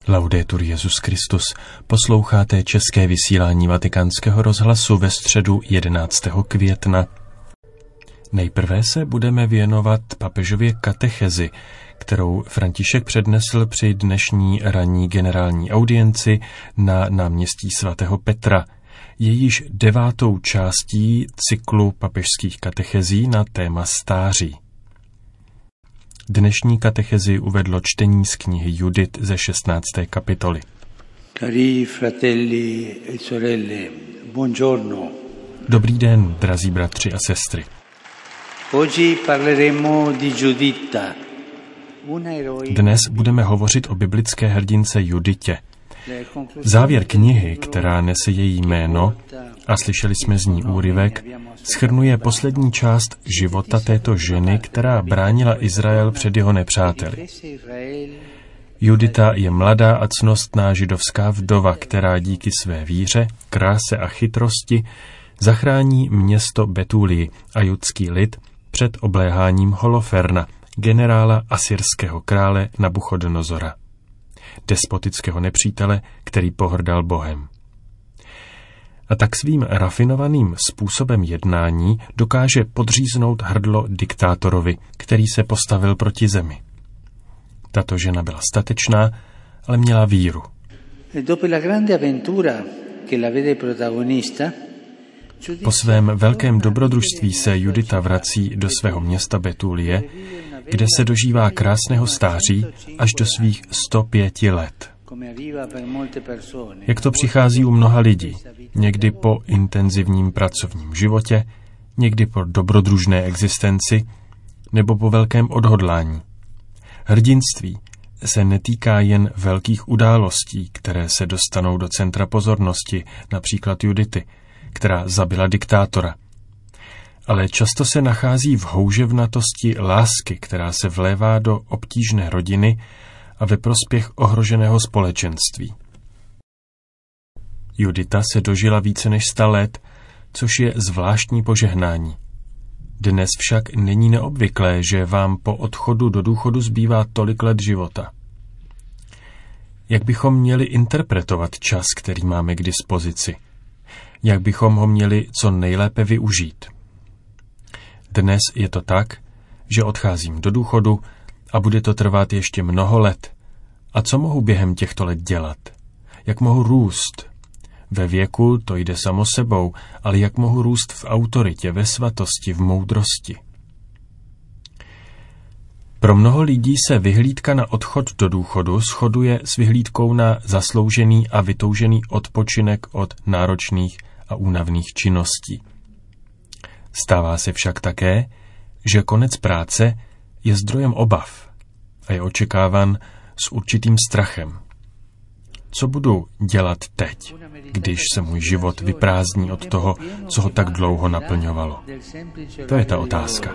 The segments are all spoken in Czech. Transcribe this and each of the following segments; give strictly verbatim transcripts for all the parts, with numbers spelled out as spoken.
Laudetur Jesus Christus. Posloucháte české vysílání Vatikánského rozhlasu ve středu jedenáctého května. Nejprve se budeme věnovat papežově katechezi, kterou František přednesl při dnešní ranní generální audienci na náměstí svatého Petra. Jejíž devátou částí cyklu papežských katechezí na téma stáří. Dnešní katechezi uvedlo čtení z knihy Judit ze šestnácté kapitoly. Cari fratelli e sorelle, buongiorno. Dobrý den, drazí bratři a sestry. Oggi parleremo di Giuditta. Dnes budeme hovořit o biblické hrdince Juditě. Závěr knihy, která nese její jméno, a slyšeli jsme z ní úryvek, shrnuje poslední část života této ženy, která bránila Izrael před jeho nepřáteli. Judita je mladá a cnostná židovská vdova, která díky své víře, kráse a chytrosti zachrání město Betúlii a judský lid před obléháním Holoferna, generála asyrského krále Nabuchodonozora, despotického nepřítele, který pohrdal Bohem. A tak svým rafinovaným způsobem jednání dokáže podříznout hrdlo diktátorovi, který se postavil proti zemi. Tato žena byla statečná, ale měla víru. Po svém velkém dobrodružství se Judita vrací do svého města Betúlie, kde se dožívá krásného stáří až do svých sto pěti let. Jak to přichází u mnoha lidí, někdy po intenzivním pracovním životě, někdy po dobrodružné existenci nebo po velkém odhodlání. Hrdinství se netýká jen velkých událostí, které se dostanou do centra pozornosti, například Judity, která zabila diktátora. Ale často se nachází v houževnatosti lásky, která se vlévá do obtížné rodiny a ve prospěch ohroženého společenství. Judita se dožila více než sta let, což je zvláštní požehnání. Dnes však není neobvyklé, že vám po odchodu do důchodu zbývá tolik let života. Jak bychom měli interpretovat čas, který máme k dispozici? Jak bychom ho měli co nejlépe využít? Dnes je to tak, že odcházím do důchodu a bude to trvat ještě mnoho let. A co mohu během těchto let dělat? Jak mohu růst? Ve věku to jde samo sebou, ale jak mohu růst v autoritě, ve svatosti, v moudrosti? Pro mnoho lidí se vyhlídka na odchod do důchodu shoduje s vyhlídkou na zasloužený a vytoužený odpočinek od náročných a únavných činností. Stává se však také, že konec práce je zdrojem obav a je očekáván s určitým strachem. Co budu dělat teď, když se můj život vyprázdní od toho, co ho tak dlouho naplňovalo? To je ta otázka.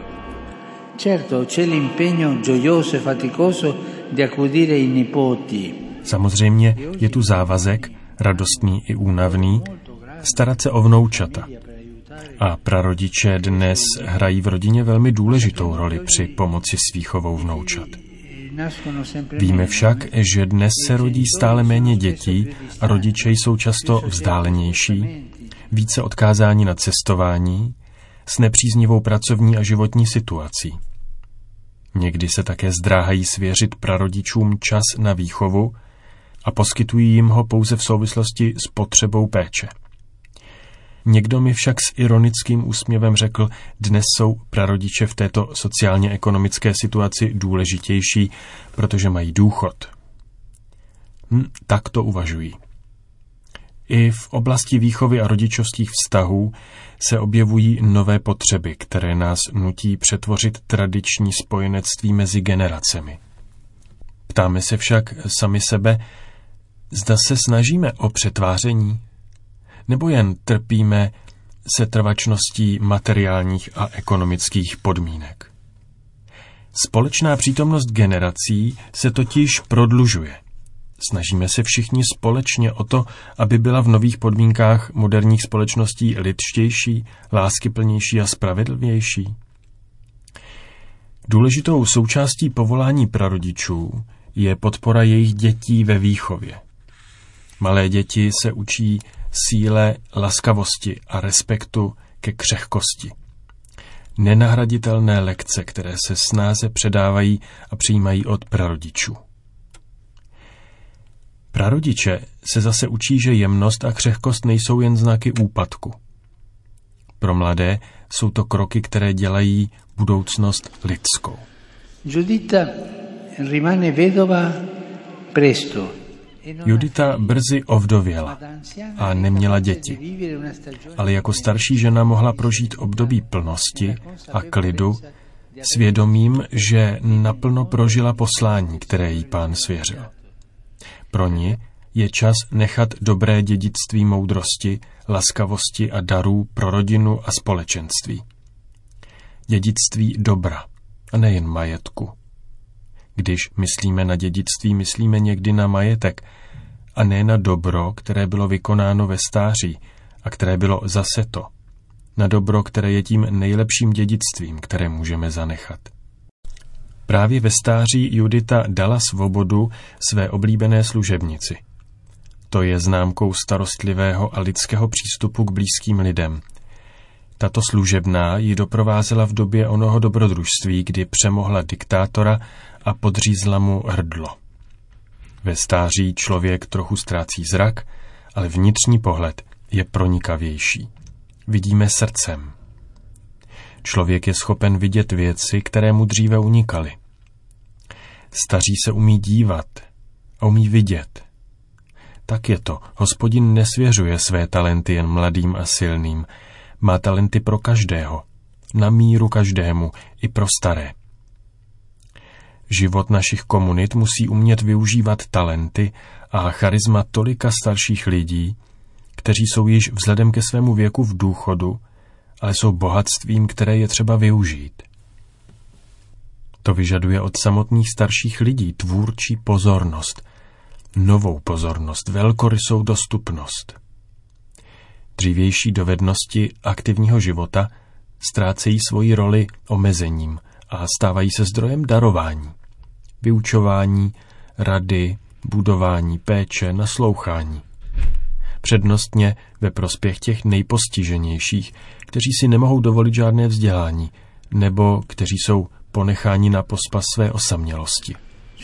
Samozřejmě je tu závazek, radostný i únavný, starat se o vnoučata. A prarodiče dnes hrají v rodině velmi důležitou roli při pomoci s výchovou vnoučat. Víme však, že dnes se rodí stále méně dětí a rodiče jsou často vzdálenější, více odkázáni na cestování, s nepříznivou pracovní a životní situací. Někdy se také zdráhají svěřit prarodičům čas na výchovu a poskytují jim ho pouze v souvislosti s potřebou péče. Někdo mi však s ironickým úsměvem řekl, dnes jsou prarodiče v této sociálně-ekonomické situaci důležitější, protože mají důchod. Hm, tak to uvažují. I v oblasti výchovy a rodičovských vztahů se objevují nové potřeby, které nás nutí přetvořit tradiční spojenectví mezi generacemi. Ptáme se však sami sebe, zda se snažíme o přetváření, nebo jen trpíme setrvačností materiálních a ekonomických podmínek. Společná přítomnost generací se totiž prodlužuje. Snažíme se všichni společně o to, aby byla v nových podmínkách moderních společností lidštější, láskyplnější a spravedlivější. Důležitou součástí povolání prarodičů je podpora jejich dětí ve výchově. Malé děti se učí síle, laskavosti a respektu ke křehkosti. Nenahraditelné lekce, které se snáze předávají a přijímají od prarodičů. Prarodiče se zase učí, že jemnost a křehkost nejsou jen znaky úpadku. Pro mladé jsou to kroky, které dělají budoucnost lidskou. Giuditta rimane vedova presto. Judita brzy ovdověla a neměla děti, ale jako starší žena mohla prožít období plnosti a klidu svědomím, že naplno prožila poslání, které jí Pán svěřil. Pro ní je čas nechat dobré dědictví moudrosti, laskavosti a darů pro rodinu a společenství. Dědictví dobra a nejen majetku. Když myslíme na dědictví, myslíme někdy na majetek a ne na dobro, které bylo vykonáno ve stáří a které bylo zaseto. Na dobro, které je tím nejlepším dědictvím, které můžeme zanechat. Právě ve stáří Judita dala svobodu své oblíbené služebnici. To je známkou starostlivého a lidského přístupu k blízkým lidem. Tato služebná ji doprovázela v době onoho dobrodružství, kdy přemohla diktátora a podřízla mu hrdlo. Ve stáří člověk trochu ztrácí zrak, ale vnitřní pohled je pronikavější. Vidíme srdcem. Člověk je schopen vidět věci, které mu dříve unikaly. Staří se umí dívat a umí vidět. Tak je to. Hospodin nesvěřuje své talenty jen mladým a silným. Má talenty pro každého, na míru každému, i pro staré. Život našich komunit musí umět využívat talenty a charisma tolika starších lidí, kteří jsou již vzhledem ke svému věku v důchodu, ale jsou bohatstvím, které je třeba využít. To vyžaduje od samotných starších lidí tvůrčí pozornost, novou pozornost, velkorysou dostupnost. Dřívější dovednosti aktivního života ztrácejí svoji roli omezením a stávají se zdrojem darování, vyučování, rady, budování, péče, naslouchání. Přednostně ve prospěch těch nejpostiženějších, kteří si nemohou dovolit žádné vzdělání, nebo kteří jsou ponecháni na pospas své osamělosti.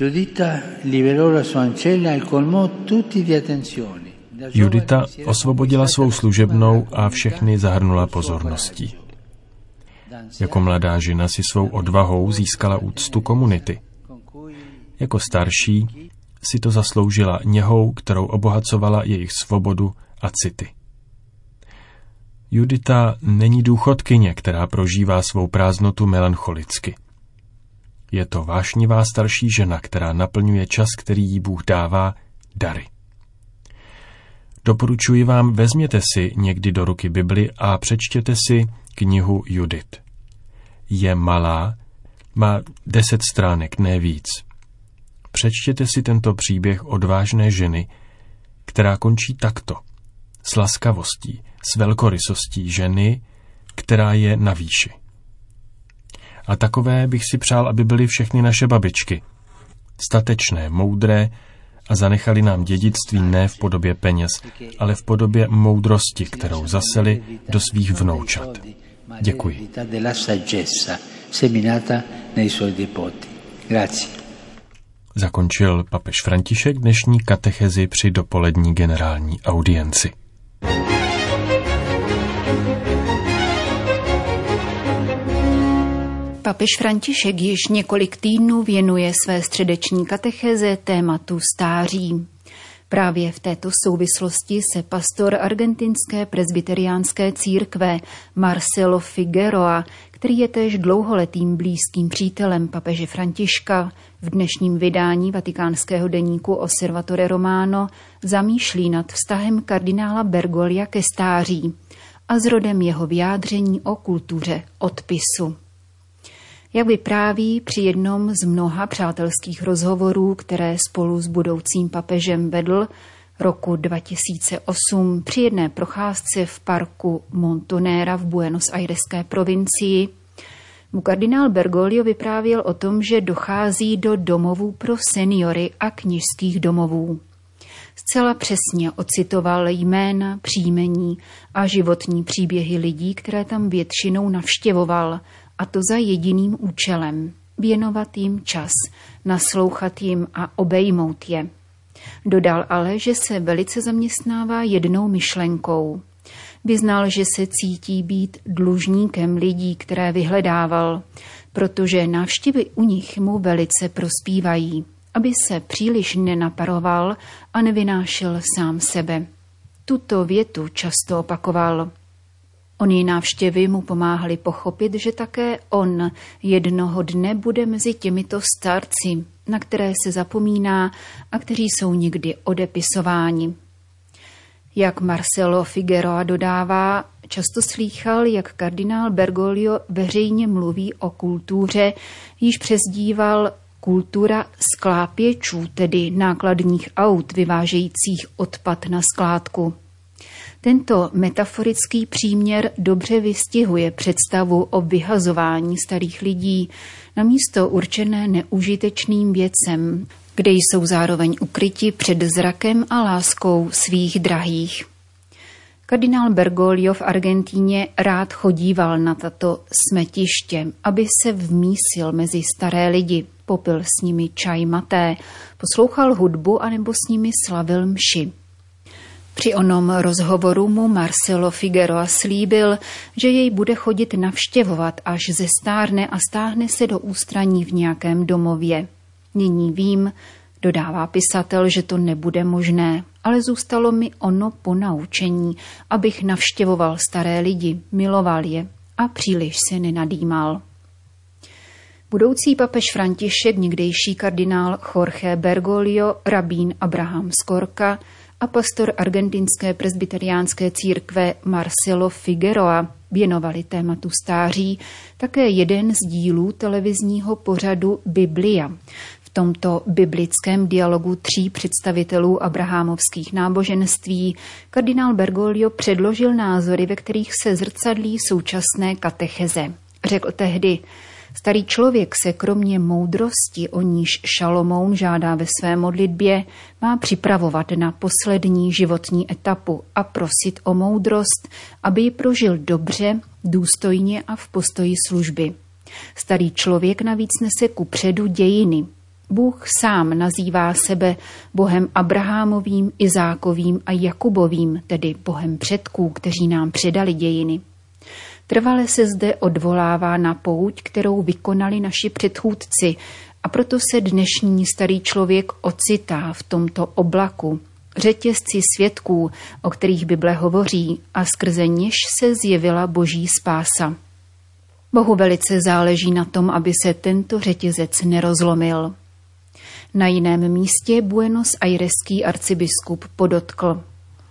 Judita osvobodila svou služebnou a všechny zahrnula pozorností. Jako mladá žena si svou odvahou získala úctu komunity. Jako starší si to zasloužila něhou, kterou obohacovala jejich svobodu a city. Judita není důchodkyně, která prožívá svou prázdnotu melancholicky. Je to vášnivá starší žena, která naplňuje čas, který jí Bůh dává, dary. Doporučuji vám, vezměte si někdy do ruky Bibli a přečtěte si knihu Judit. Je malá, má deset stránek, ne víc. Přečtěte si tento příběh odvážné ženy, která končí takto, s laskavostí, s velkorysostí ženy, která je na výši. A takové bych si přál, aby byly všechny naše babičky. Statečné, moudré a zanechali nám dědictví ne v podobě peněz, ale v podobě moudrosti, kterou zaseli do svých vnoučat. Děkuji. Zakončil papež František dnešní katechezi při dopolední generální audienci. Papež František již několik týdnů věnuje své středeční katecheze tématu stáří. Právě v této souvislosti se pastor argentinské presbyteriánské církve Marcelo Figueroa, který je též dlouholetým blízkým přítelem papeže Františka, v dnešním vydání vatikánského deníku Osservatore Romano zamýšlí nad vztahem kardinála Bergoglio ke stáří a zrodem jeho vyjádření o kultuře odpisu. Jak vypráví při jednom z mnoha přátelských rozhovorů, které spolu s budoucím papežem vedl roku dva tisíce osm při jedné procházce v parku Montonera v Buenos Aireské provincii, mu kardinál Bergoglio vyprávěl o tom, že dochází do domovů pro seniory a kněžských domovů. Zcela přesně ocitoval jména, příjmení a životní příběhy lidí, které tam většinou navštěvoval, a to za jediným účelem – věnovat jim čas, naslouchat jim a obejmout je. Dodal ale, že se velice zaměstnává jednou myšlenkou. Vyznal, že se cítí být dlužníkem lidí, které vyhledával, protože návštěvy u nich mu velice prospívají, aby se příliš nenaparoval a nevynášel sám sebe. Tuto větu často opakoval. Ony návštěvy mu pomáhaly pochopit, že také on jednoho dne bude mezi těmito starci, na které se zapomíná a kteří jsou někdy odepisováni. Jak Marcelo Figueroa dodává, často slýchal, jak kardinál Bergoglio veřejně mluví o kultuře, již přezdíval kultura sklápěčů, tedy nákladních aut vyvážejících odpad na skládku. Tento metaforický příměr dobře vystihuje představu o vyhazování starých lidí na místo určené neužitečným věcem, kde jsou zároveň ukryti před zrakem a láskou svých drahých. Kardinál Bergoglio v Argentíně rád chodíval na tato smetiště, aby se vmísil mezi staré lidi, popil s nimi čaj maté, poslouchal hudbu anebo s nimi slavil mši. Při onom rozhovoru mu Marcelo Figueroa slíbil, že jej bude chodit navštěvovat, až zestárne a stáhne se do ústraní v nějakém domově. Nyní vím, dodává pisatel, že to nebude možné, ale zůstalo mi ono ponaučení, abych navštěvoval staré lidi, miloval je a příliš se nenadýmal. Budoucí papež František, někdejší kardinál Jorge Bergoglio, rabín Abraham Skorka a pastor argentinské presbyteriánské církve Marcelo Figueroa věnovali tématu stáří také jeden z dílů televizního pořadu Biblia. V tomto biblickém dialogu tří představitelů abrahamovských náboženství kardinál Bergoglio předložil názory, ve kterých se zrcadlí současné katecheze. Řekl tehdy: starý člověk se kromě moudrosti, o níž Šalomoun žádá ve své modlitbě, má připravovat na poslední životní etapu a prosit o moudrost, aby ji prožil dobře, důstojně a v postoji služby. Starý člověk navíc nese kupředu dějiny. Bůh sám nazývá sebe Bohem Abrahamovým, Izákovým a Jakubovým, tedy Bohem předků, kteří nám předali dějiny. Trvale se zde odvolává na pouť, kterou vykonali naši předchůdci, a proto se dnešní starý člověk ocitá v tomto oblaku, řetězci svědků, o kterých Bible hovoří, a skrze něž se zjevila boží spása. Bohu velice záleží na tom, aby se tento řetězec nerozlomil. Na jiném místě Buenos Aireský arcibiskup podotkl: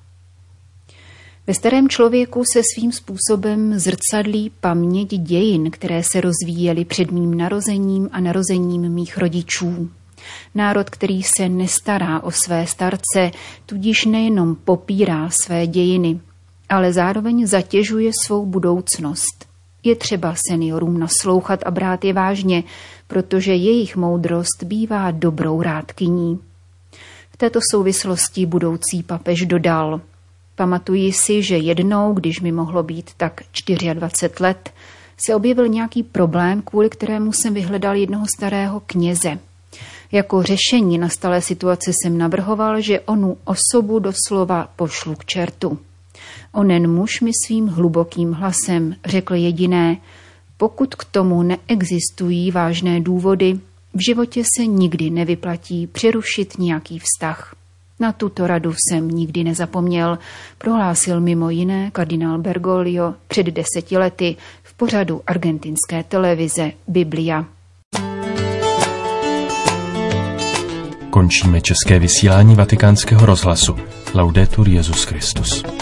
ve starém člověku se svým způsobem zrcadlí paměť dějin, které se rozvíjely před mým narozením a narozením mých rodičů. Národ, který se nestará o své starce, tudíž nejenom popírá své dějiny, ale zároveň zatěžuje svou budoucnost. Je třeba seniorům naslouchat a brát je vážně, protože jejich moudrost bývá dobrou rádkyní. V této souvislosti budoucí papež dodal: pamatuji si, že jednou, když mi mohlo být tak dvacet čtyři let, se objevil nějaký problém, kvůli kterému jsem vyhledal jednoho starého kněze. Jako řešení nastalé situace jsem navrhoval, že onu osobu doslova pošlu k čertu. Onen muž mi svým hlubokým hlasem řekl jediné: pokud k tomu neexistují vážné důvody, v životě se nikdy nevyplatí přerušit nějaký vztah. Na tuto radu jsem nikdy nezapomněl, prohlásil mimo jiné kardinál Bergoglio před deseti lety v pořadu argentinské televize Biblia. Končíme české vysílání Vatikánského rozhlasu. Laudetur Jesus Christus.